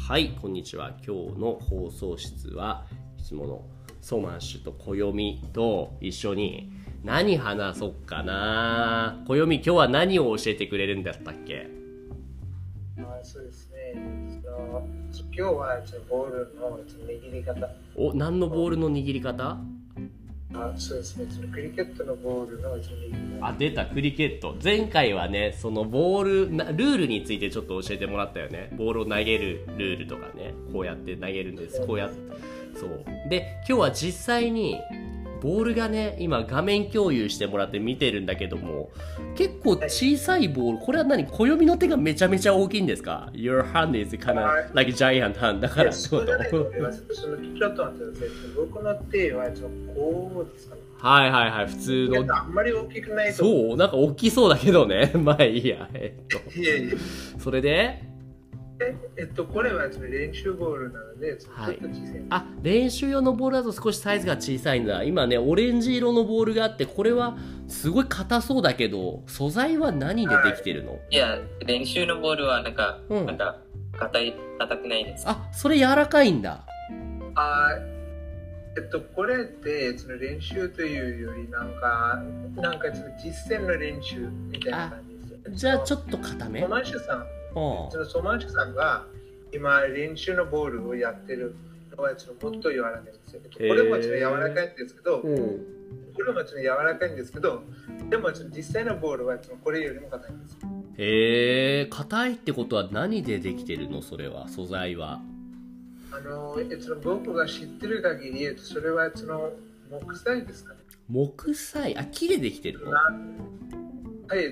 はい、こんにちは。今日の放送室はいつものソマンシュと暦と一緒に何話そうかな。暦、今日は何を教えてくれるんだったっけ？ そうですね。今日はボールの握り方。 何のボールの握り方？ そうですね。クリケットのボールの握り方。 出た、クリケット。前回はね、そのボールルールについてちょっと教えてもらったよね。ボールを投げるルールとかね、こうやって投げるんです。こうやって、そうで、今日は実際にボールがね、今画面共有してもらって見てるんだけども、結構小さいボール、これは何？暦の手がめちゃめちゃ大きいんですか？ Your hand is kind of like a giant hand だからそうだね。ちょっと待ってください。僕の手はこうですかね。 はいはいはい、普通の。 あんまり大きくないと。 そう、なんか大きそうだけどね。まあいいや。 いやいや。 それでこれは練習ボールなので、ちょっと小さい。 練習用のボールだと少しサイズが小さいんだ。今ね、オレンジ色のボールがあって、これはすごい硬そうだけど、素材は何でできてるの？ いや、練習のボールはなんか硬くないです。 それ柔らかいんだ。 これって練習というよりなんか実践の練習みたいな感じですよ。 じゃあちょっと硬め？ ソマンシュさんが今練習のボールをやってるのはもっと柔らかいんですよ。これも柔らかいんですけど、でも実際のボールはこれよりも硬いんですよ。 硬いってことは何でできてるの？それは素材は。 僕が知ってる限りそれは木材ですかね。 木材？木でできてるの？ はい、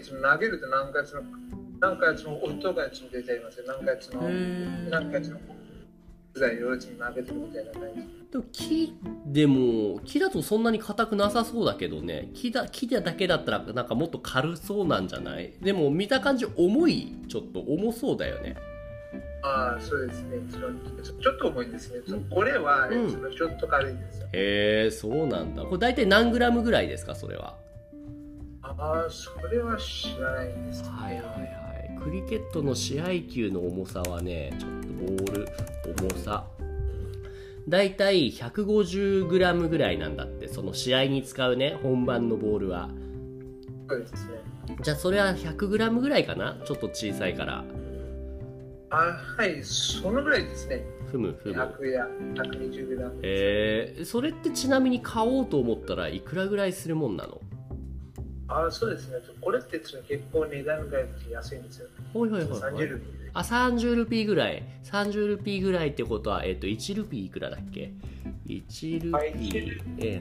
投げるとなんか音が出ちゃいますよ。なんか木材を投げてるみたいな感じ。 でも木だとそんなに硬くなさそうだけどね。木だけだったらなんかもっと軽そうなんじゃない？でも見た感じちょっと重そうだよね。 そうですね。ちょっと重いんですね。これは、ちょっと軽いんですよ。 そうなんだ。これ大体何グラムぐらいですか、それは？ それは知らないんです、ね。 はいはいはい。クリケットの試合球の重さはね、ちょっとボール重さ大体150グラムぐらいなんだって。その試合に使うね、本番のボールは。 そうですね。 じゃあそれは100グラムぐらいかな。ちょっと小さいから。 はい、そのぐらいですね。100や120グラム。 それってちなみに買おうと思ったらいくらぐらいするもんなの？ そうですね。これって結構値段が安いんですよ。30ルピー。 30ルピーぐらい。30ルピーぐらいってことは、1ルピーいくらだっけ？ 1 ルピー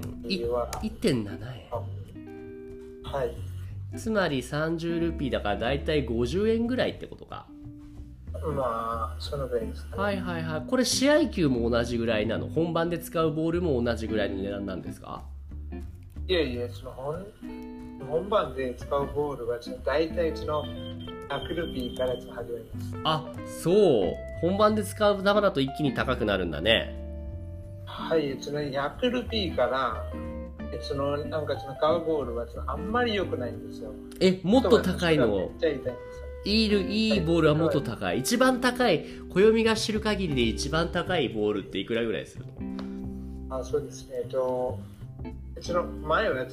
1.7 円。 はい。 つまり30ルピーだからだいたい50円ぐらいってことか。 そのぐらいですかね。 はいはいはい。これ試合球も同じぐらいなの？本番で使うボールも同じぐらいの値段なんですか？ いやいや、本番で使うボールは大体100ルピーから始まります。 そう。本番で使う球だと一気に高くなるんだね。 はい、100ルピーから買うボールはあんまり良くないんですよ。 もっと高いの？ めっちゃ痛いんですよ。 いいボールはもっと高い。一番高い、暦が知る限りで一番高いボールっていくらぐらいするの？ そうですね。前は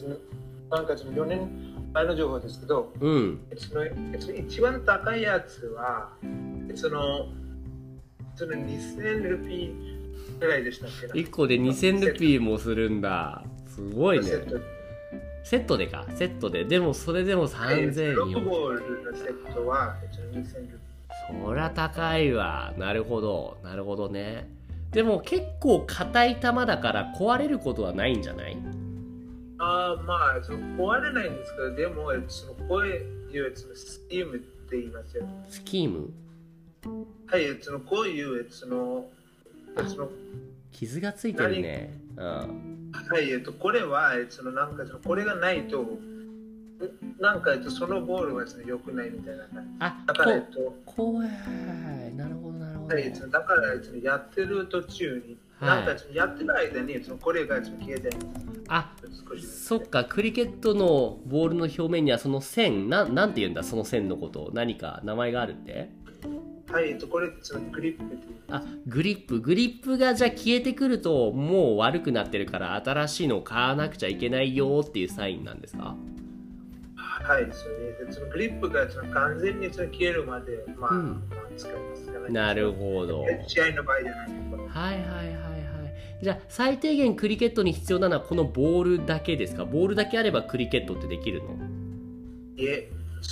4年前の情報ですけど、一番高いやつは2000ルピーぐらいでしたっけ？ 1個で2000ルピーもするんだ。すごいね。セットで。でもそれでも3000円。 ロックボールのセットは2000ルピー。 そりゃ高いわ。なるほどね。でも結構硬い球だから壊れることはないんじゃない？ 壊れないんですけど、でもこういうスキームって言いますよ。 スキーム？ はい、こういう傷がついてるね。 はい、これはこれがないとそのボールは良くないみたいな感じ。だから怖い。なるほど。 はい、だからやってる途中に、やってる間にこれが消えてる。 そっか。クリケットのボールの表面にはその線なんて言うんだ、その線のこと。何か名前があるって？ はい、これそのグリップっていう。 あ、グリップがじゃあ消えてくるともう悪くなってるから新しいのを買わなくちゃいけないよっていうサインなんですか？ はい、それでそのグリップがその完全にその消えるまで、使いますからね。 なるほど。 試合の場合じゃない。 はいはいはいはい。じゃあ最低限クリケットに必要なのはこのボールだけですか？ボールだけあればクリケットってできるの？ いえ、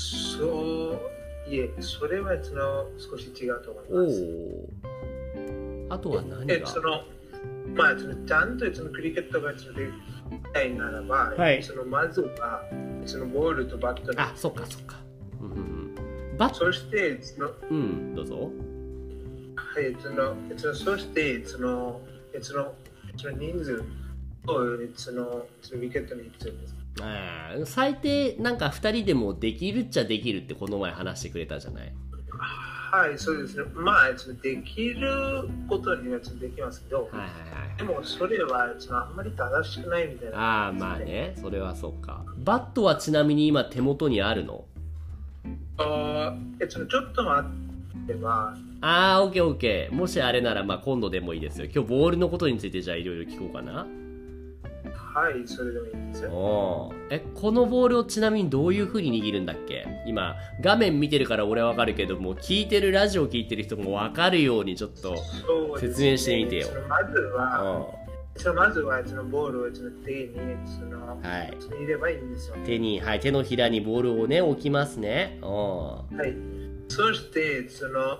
それはその少し違うと思います。 あとは何が？ そのちゃんとそのクリケットができたいならば、 はい、 そのまずはそのボールとバットに。 あ、そっかそっか。バット。 そしてどうぞ。 はい、そしてその人数をそのウィケットに必要です。 最低なんか2人でもできるっちゃできるってこの前話してくれたじゃない。 はい、そうですね。できることにはできますけど、でもそれはあんまり正しくないみたいな、 まあね、それはそうか。バットはちなみに今手元にあるの？ ちょっと待ってば。 オッケーオッケー。もしあれなら今度でもいいですよ。今日ボールのことについてじゃあいろいろ聞こうかな。 はい、それでもいいですよ。 このボールをちなみにどういう風に握るんだっけ？今画面見てるから俺はわかるけども、聞いてるラジオ聞いてる人もわかるようにちょっと説明してみてよ。 まずはそのボールを手に入ればいいんですよ。 手のひらにボールをね置きますね。 はい。そしてその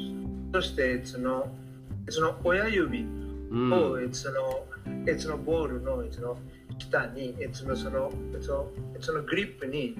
親指をそのボールの下にそのグリップに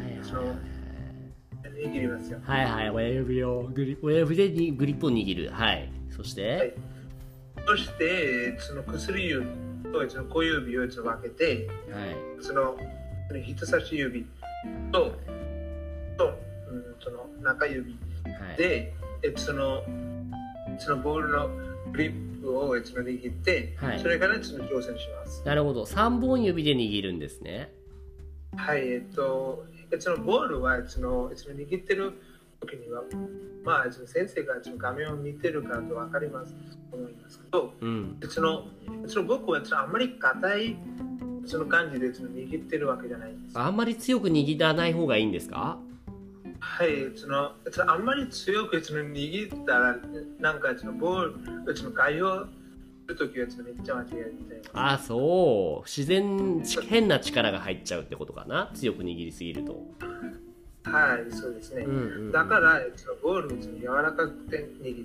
握りますよ。 親指でグリップを握る。はい。そして、 そしてその薬指とその小指を分けて、その人差し指とその中指で、そのボールのグリップを握って、それから挑戦します。 なるほど。3本指で握るんですね。 はい、そのボールは握ってる時には、先生が画面を見てるからと分かりますと思いますけど、僕はあんまり硬い感じで握ってるわけじゃないんです。 あんまり強く握らない方がいいんですか？ はい、あんまり強く握ったらなんかボール外をするときはめっちゃ間違えてます。 そう。変な力が入っちゃうってことかな。強く握りすぎると。 はい、そうですね。だからボールを柔らかくて握って、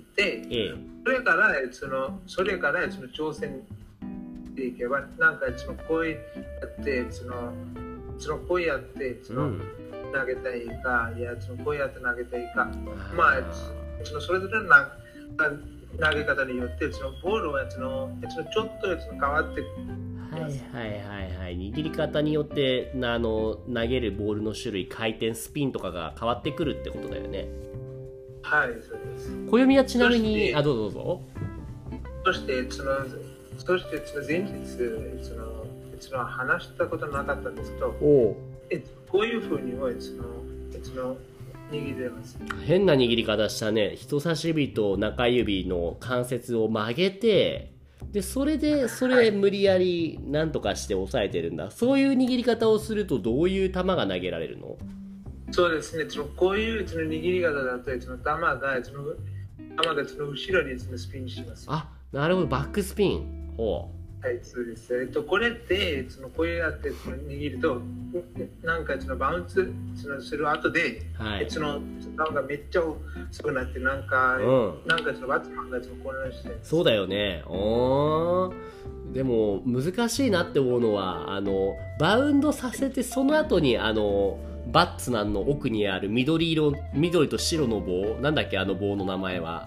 それから挑戦していけば、なんかこうやってこうやって投げたいか、こうやって投げたいか、それぞれの投げ方によってボールはちょっと変わってくる。握り方によって投げるボールの種類、回転、スピンとかが変わってくるってことだよね。 はい、そうです。 暦はちなみにどうぞ。 そして前日話したことなかったんですけど、こういうふうには握れます。 変な握り方したね。人差し指と中指の関節を曲げて、でそれ無理やりなんとかして抑えてるんだ。そういう握り方をするとどういう球が投げられるの？ そうですね。こういう握り方だと球が後ろにスピンします。 なるほど。バックスピン。 はい、そうです。これってこうやって握るとなんかバウンスする後で、なんかめっちゃすくなってなんかバットマンが混乱して。そうだよね。 でも難しいなって思うのはバウンドさせてその後にバッツマンの奥にある緑と白の棒、なんだっけ棒の名前は。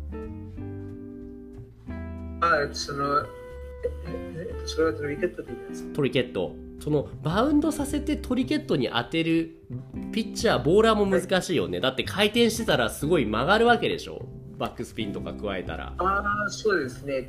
それはトリケットって言います。 トリケット。そのバウンドさせてトリケットに当てるピッチャー、ボーラーも難しいよね。だって回転してたらすごい曲がるわけでしょ。バックスピンとか加えたら。 そうですね。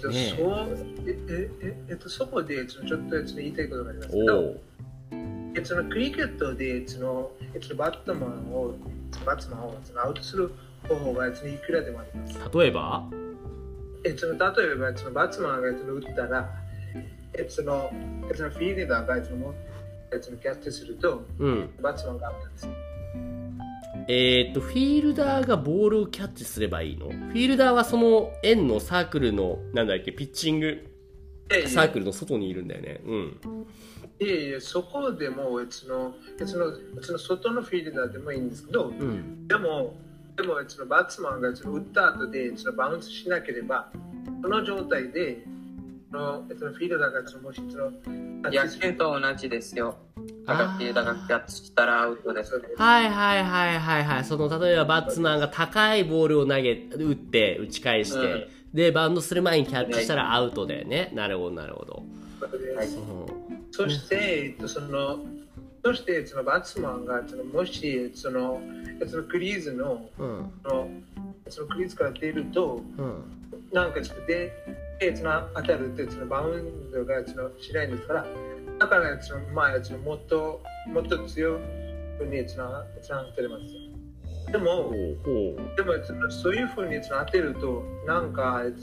そこでちょっと言いたいことがありますけど、クリケットでバットマンをバッツマンをアウトする方法がいくらでもあります。 例えば例えばバッツマンが打ったら、フィールダーがキャッチすると、バッツマンがアウトです。 フィールダーがボールをキャッチすればいいの？フィールダーはその円のサークルのなんだっけ、ピッチングサークルの外にいるんだよね。 そこでも外のフィールダーでもいいんですけど、でもバッツマンが打った後でバウンスしなければ、その状態でフィールダーがもし野球と同じですよ。フィールダーがキャッチしたらアウトです。 はい。その例えばバッツマンが高いボールを打って打ち返して、でバウンドする前にキャッチしたらアウトだよね。なるほど。 そしてバッツマンがもしクリーズのクリーズから出ると、なんかで当たるってバウンドがしないんですから、だからもっと強くに当てれます。でもそういうふうに当てるとなんか危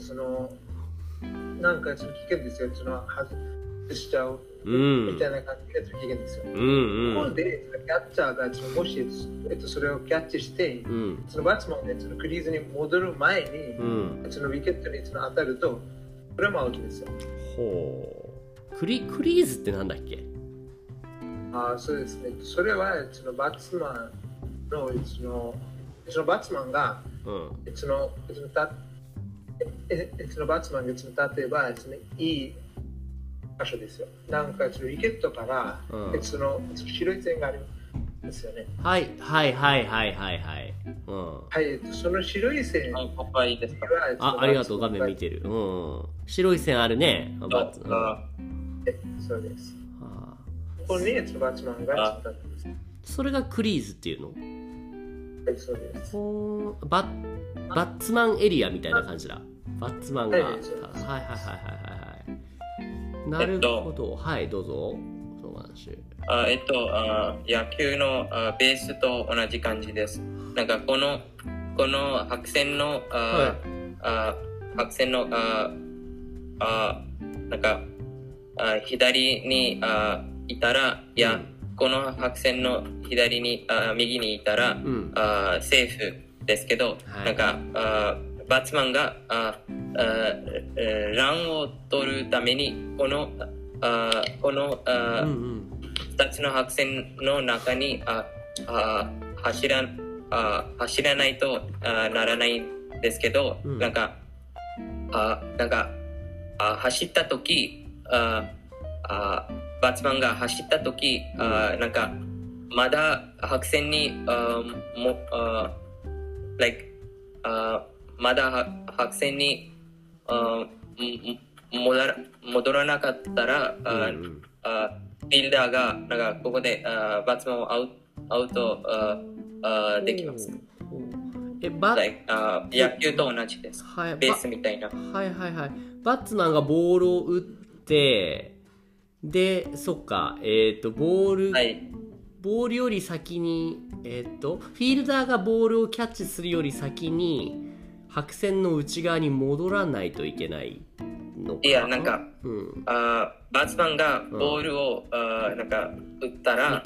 険ですよ。外しちゃうみたいな感じで危険ですよ。ここでキャッチャーがもしそれをキャッチして、バッツマンがクリーズに戻る前にウィケットに当たると、これもアウトですよ。 クリーズってなんだっけ？ そうですね。それはバッツマンのバッツマンがバッツマンが例えばいい場所ですよ。なんかウィケットから白い線がありますよね。 はい。 その白い線はありがとう、画面見てる。白い線あるね。 そうです。ここにバッツマンがそれがクリーズっていうの？ はい、そうです。 バッツマンエリアみたいな感じだ。バッツマンが。はい。なるほど。はい、どうぞ。その話。 野球のベースと同じ感じです。なんかこの白線のなんか左にいたら、いや、この白線の左に右にいたら、セーフですけど、なんかバッツマンがランを取るためにこの2つの白線の中に走らないとならないんですけど、なんか走った時バッツマンが走った時、なんかまだ白線にまだ白線に戻らなかったら、フィールダーがなんかここでバッツマンをアウトできます。野球と同じです。ベースみたいな。 バッツマンがボールを打って、で、そっか、ボールより先に、フィールダーがボールをキャッチするより先に白線の内側に戻らないといけないのかな。 いや、なんか、バッツマンがボールをなんか打ったら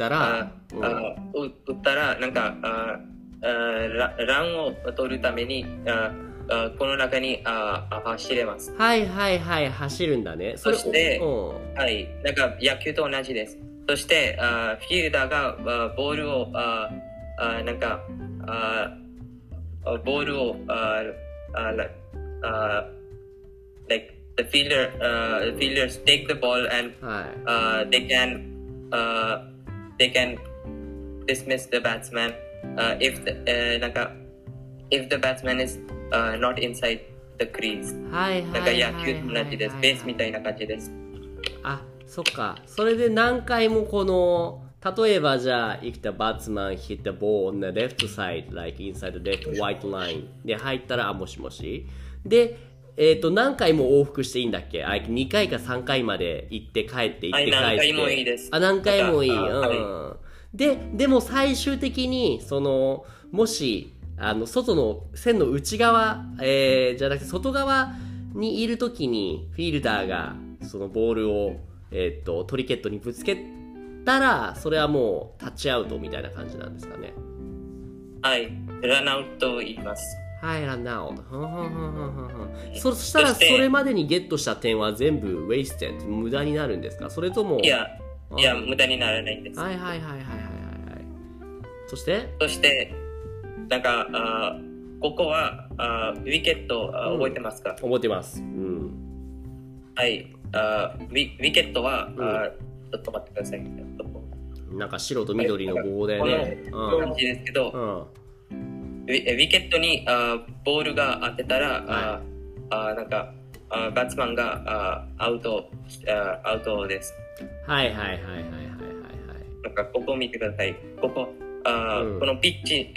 なんかランを取るためにこの中に走れます。 走るんだね。 そしてなんか野球と同じです。そしてフィールダーがボールをなんかボールをlike the fielders take the ball and they can dismiss the batsman if the batsman is not inside the crease。なんか野球と同じです。ベースみたいな感じです。 そっか。それで何回もこの例えばじゃあ、if the batsman hit the ball on the left side, like inside the left white line で入ったら、もしもし。で、何回も往復していいんだっけ？2回か3回まで行って帰って行って帰って。 何回もいいです。 何回もいい。でも最終的に、その、 もし外の線の内側、じゃなくて外側にいるときにフィールダーがそのボールを、トリケットにぶつけたら、それはもうタッチアウトみたいな感じなんですかね。 はい、ランアウトと言います。 はい、ランアウト。そしたらそれまでにゲットした点は全部ウェイステッド、無駄になるんですか？それともいや無駄にならないんです。 はい。そしてなんかここはウィケット覚えてますか？ 覚えてます。 はい、ウィケットは、ちょっと待ってください。 なんか白と緑の棒でね。 感じですけど、ウィケットにボールが当てたら、なんかバッツマンがアウトです。 はい。 なんかここを見てください。こここのピッチ、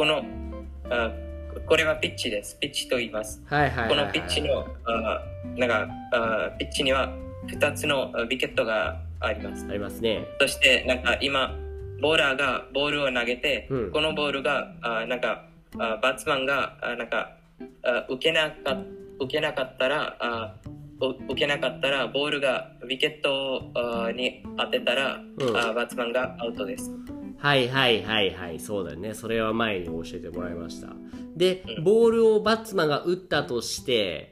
これはピッチです。ピッチと言います。このピッチのなんかピッチには2つのウィケットがあります。 ありますね。 そしてなんか今ボーラーがボールを投げて、このボールがなんかバッツマンがなんか受けなかったらボールがウィケットに当てたら、バッツマンがアウトです。 はい、そうだよね。それは前に教えてもらいました。で、ボールをバッツマンが打ったとして、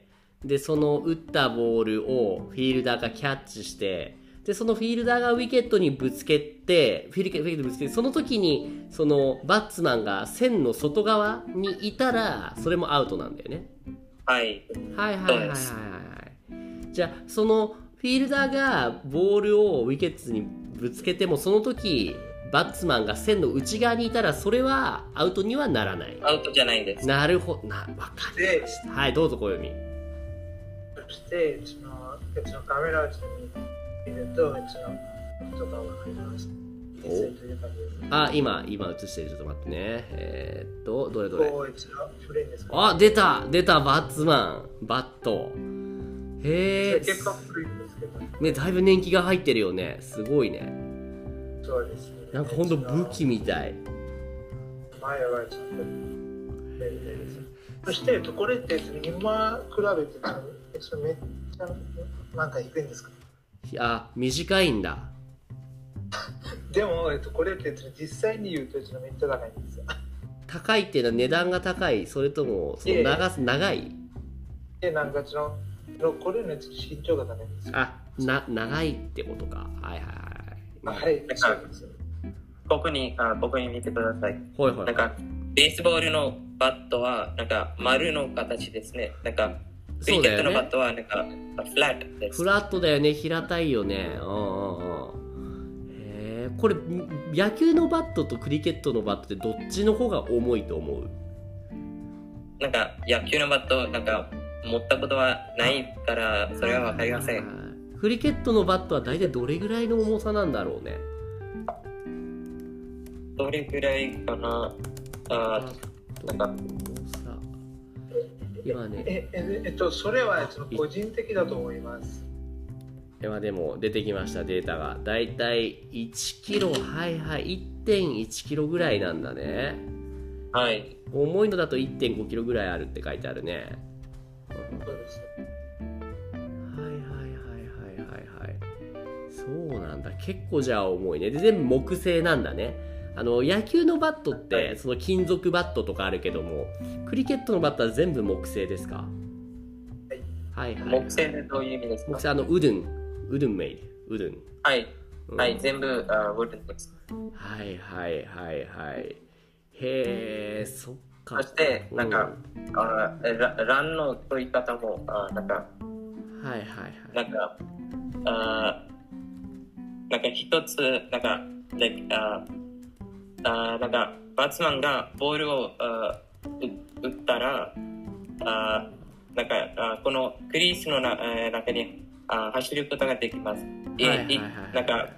でその打ったボールをフィールダーがキャッチして、でそのフィールダーがウィケットにぶつけて、その時にそのバッツマンが線の外側にいたら、それもアウトなんだよね。はい。じゃあそのフィールダーがボールをウィケットにぶつけても、その時バッツマンが線の内側にいたら、それはアウトにはならない。 アウトじゃないです。 なるほど、わかりました。はい、どうぞ小読み。 そして別のカメラを見ると別のことがわかります。 今映してる。ちょっと待ってね。どれあ、 出たバッツマンバット。へえ。 結構古いんですけどね、だいぶ年季が入ってるよね。すごいね。 そうですね。 なんかほんと武器みたい。 前はちょっとそしてこれって今比べてめっちゃなんか低いんですか？ 短いんだ。 でも、これって実際に言うとめっちゃ高いんですよ。 高いっていうのは値段が高い、それともその長い？ なんかこれの身長が高いんですよ。 長いってことか。はい。 そうです。 ここに見てください。 はい。 なんかベースボールのバットはなんか丸の形ですね。なんかクリケットのバットはなんかフラットです。 フラットだよね。平たいよね。これ野球のバットとクリケットのバットってどっちの方が重いと思う？ なんか野球のバットなんか持ったことはないからそれはわかりません。 クリケットのバットは大体どれぐらいの重さなんだろうね。 どれぐらいかな。なんか今ね。 それは個人的だと思います。 今でも出てきましたデータが。だいたい1キロ、1.1 キロぐらいなんだね。 はい。 重いのだと 1.5 キロぐらいあるって書いてあるね。 そうですね。 そうなんだ。結構じゃあ重いね。で全部木製なんだね。野球のバットってその金属バットとかあるけども、クリケットのバットは全部木製ですか？はい。 木製でどういう意味ですか？ 木製ウドゥンメイド。ウドゥン。 はい、全部ウドゥンです。 はい。へえ、そっか。 そしてなんか、ランの取り方もなんかなんか一つなんかなんかバッツマンがボールを打ったらなんかこのクリースの中に走ることができます。なんか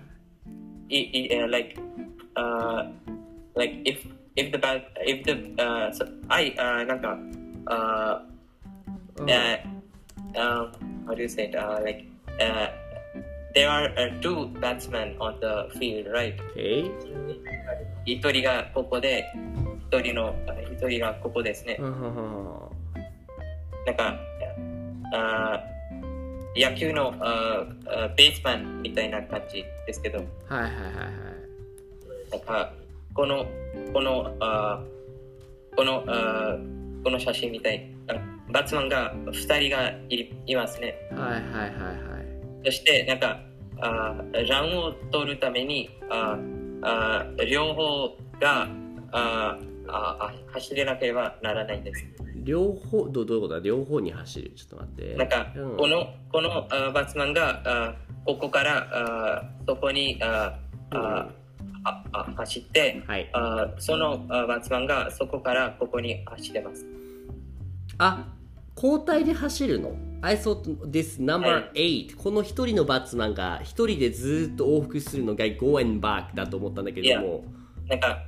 like if theなんかhow do you say it? There are two batsmen on the field, right? 一人がここで一人がここですね。なんか野球のベースマンみたいな感じですけど、なんかこの写真みたい、バツマンが2人がいますね。そしてなんかランを取るために両方が走れなければならないんです。 両方どういうことだ？両方に走る。ちょっと待って。 なんか、このバツマンがここからそこに走って、そのバツマンがそこからここに走ってます。 交代で走るの？ I thought this number 8、この一人のバツマンが一人でずっと往復するのが go and back だと思ったんだけども、 なんか、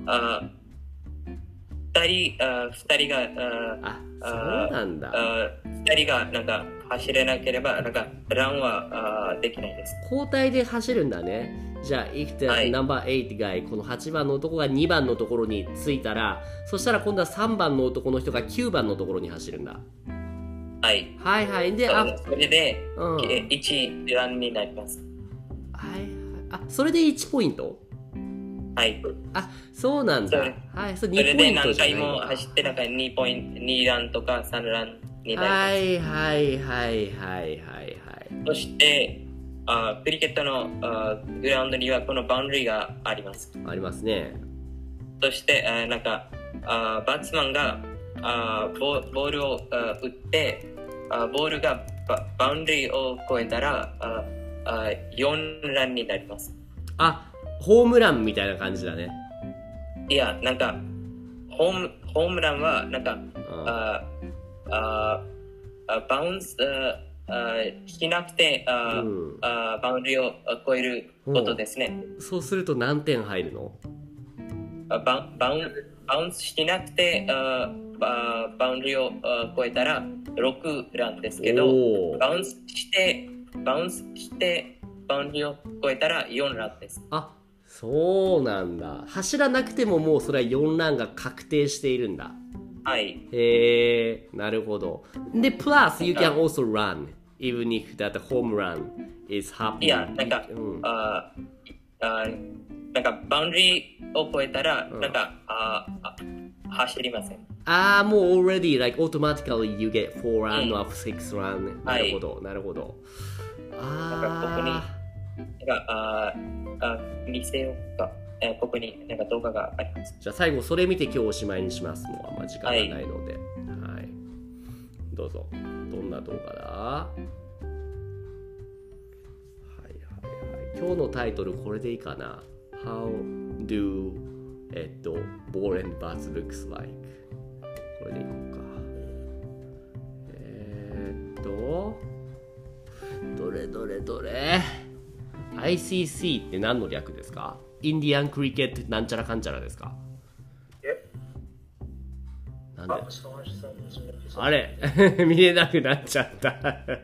二人がそうなんだ。 二人がなんか走れなければなんかランはできないです。 交代で走るんだね。じゃあ if the number 8 guy、この8番の男が2番のところに着いたら、そしたら今度は3番の男の人が9番のところに走るんだ。で、 それで、1ランになります。 それで1ポイント？そうなんだ。 それで何回も走ってなんか2ランとか3ランになります。そしてクリケットのグラウンドにはこのバウンダリーがあります。 ありますね。 そしてなんかバツマンがボールを打ってボールがバウンダリーを越えたら4ランになります。 ホームランみたいな感じだね。 いや、なんかホームランはなんかバウンスしなくてバウンダリーを超えることですね。 そうすると何点入るの？ バウンスしなくてバウンダリーを超えたら6ランですけど、バウンスしてバウンダリーを超えたら4ランです。 そうなんだ。走らなくてももうそれは4ランが確定しているんだ。なるほど。で、プラス you can also run even if that home run is happening. いや、なんか、なんかバウンダリーを超えたら、なんか走りません。 もう already like automatically you get 4 run of 6 run。なるほど、なるほど。 なんかここに見せようか。ここになんか動画があります。 じゃあ最後それ見て今日おしまいにします。もうあんま時間がないので、どうぞ。どんな動画だ？今日のタイトルこれでいいかな。 How do ball and bats looks like。 これでいこうか。どれICC って何の略ですか？インディアンクリケットなんちゃらかんちゃらですか？なんで？あれ見れなくなっちゃった。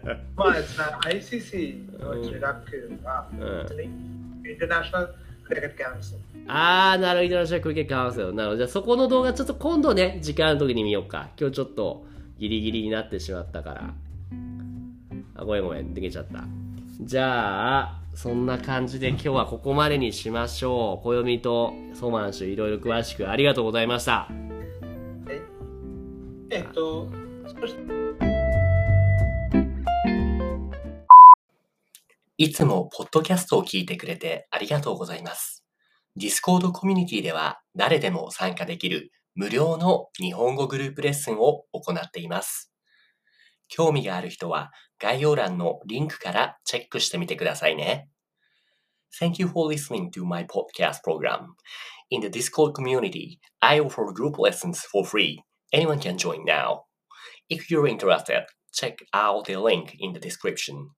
ICC の略は、インターナショナルクリケットカウンセル。 なるほど、インターナショナルクリケットカウンセル。なるほど。じゃあそこの動画ちょっと今度ね、時間の時に見ようか。今日ちょっとギリギリになってしまったから。ごめん、できちゃった。じゃあ、そんな感じで今日はここまでにしましょう。暦とソマンシュいろいろ詳しくありがとうございました。いつもポッドキャストを聞いてくれてありがとうございます。Discord コミュニティでは誰でも参加できる無料の日本語グループレッスンを行っています。興味がある人は概要欄のリンクからチェックしてみてくださいね。Thank you for listening to my podcast program. In the Discord community, I offer group lessons for free. Anyone can join now. If you're interested, check out the link in the description.